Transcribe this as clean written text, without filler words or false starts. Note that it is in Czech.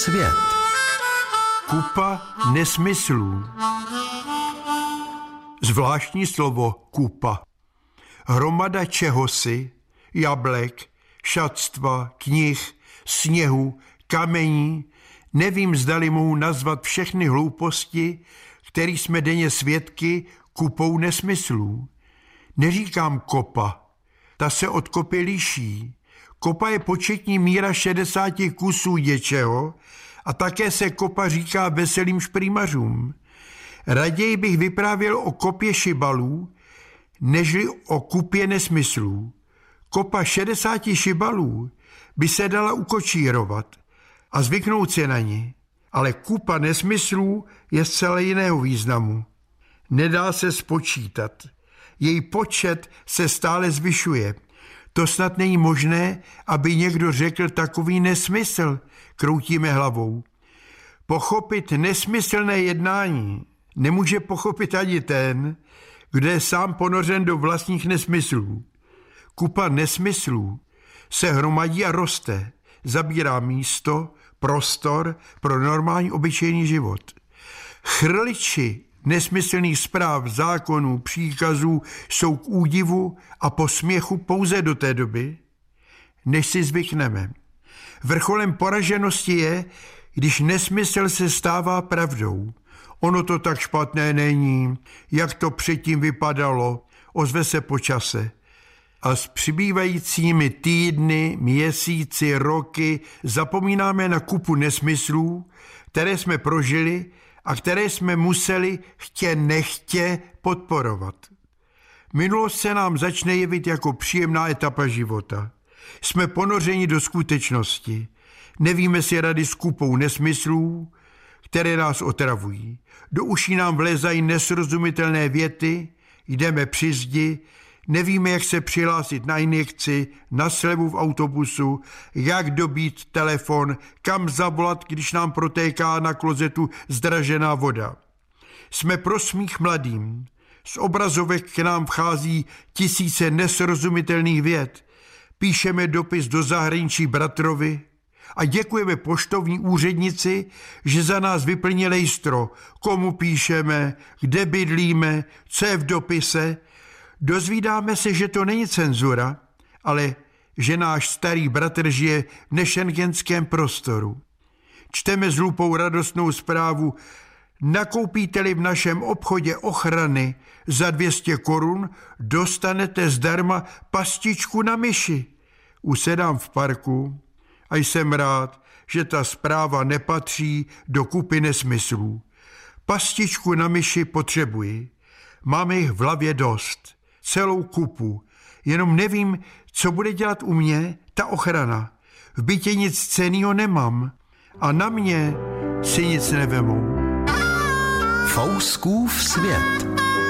svět. Kupa nesmyslů. Zvláštní slovo kupa. Hromada čehosi, jablek, šatstva, knih, sněhu, kamení. Nevím, zdali mohu nazvat všechny hlouposti, které jsme denně svědky, kupou nesmyslů. Neříkám kopa, ta se od kopy liší. Kopa je početní míra 60 kusů něčeho a také se kopa říká veselým šprýmařům. Raději bych vyprávěl o kopě šibalů, nežli o kupě nesmyslů. Kopa 60 šibalů by se dala ukočírovat a zvyknout si na ní, ale kupa nesmyslů je zcela jiného významu. Nedá se spočítat. Její počet se stále zvyšuje. To snad není možné, aby někdo řekl takový nesmysl, kroutíme hlavou. Pochopit nesmyslné jednání nemůže pochopit ani ten, kdo je sám ponořen do vlastních nesmyslů. Kupa nesmyslů se hromadí a roste, zabírá místo, prostor pro normální obyčejný život. Chrliči nesmyslných zpráv, zákonů, příkazů jsou k údivu a posměchu pouze do té doby, než si zvykneme. Vrcholem poraženosti je, když nesmysl se stává pravdou. Ono to tak špatné není, jak to předtím vypadalo, ozve se po čase. A s přibývajícími týdny, měsíci, roky zapomínáme na kupu nesmyslů, které jsme prožili a které jsme museli chtě nechtě podporovat. Minulost se nám začne jevit jako příjemná etapa života. Jsme ponořeni do skutečnosti. Nevíme si rady s kupou nesmyslů, které nás otravují. Do uší nám vlezají nesrozumitelné věty, jdeme při zdi, nevíme, jak se přihlásit na injekci, na slevu v autobusu, jak dobít telefon, kam zavolat, když nám protéká na klozetu zdražená voda. Jsme pro smích mladým. Z obrazovek k nám vchází tisíce nesrozumitelných vět. Píšeme dopis do zahraničí bratrovi a děkujeme poštovní úřednici, že za nás vyplní lejstro, komu píšeme, kde bydlíme, co je v dopise. Dozvídáme se, že to není cenzura, ale že náš starý bratr žije v nešengenském prostoru. Čteme s lupou radostnou zprávu: nakoupíte-li v našem obchodě ochrany za 200 korun, dostanete zdarma pastičku na myši. Usedám v parku a jsem rád, že ta zpráva nepatří do kupy nesmyslů. Pastičku na myši potřebuji. Máme jich v hlavě dost. Celou kupu. Jenom nevím, co bude dělat u mě ta ochrana. V bytě nic cennýho nemám a na mě si nic nevemou. Fouskův svět.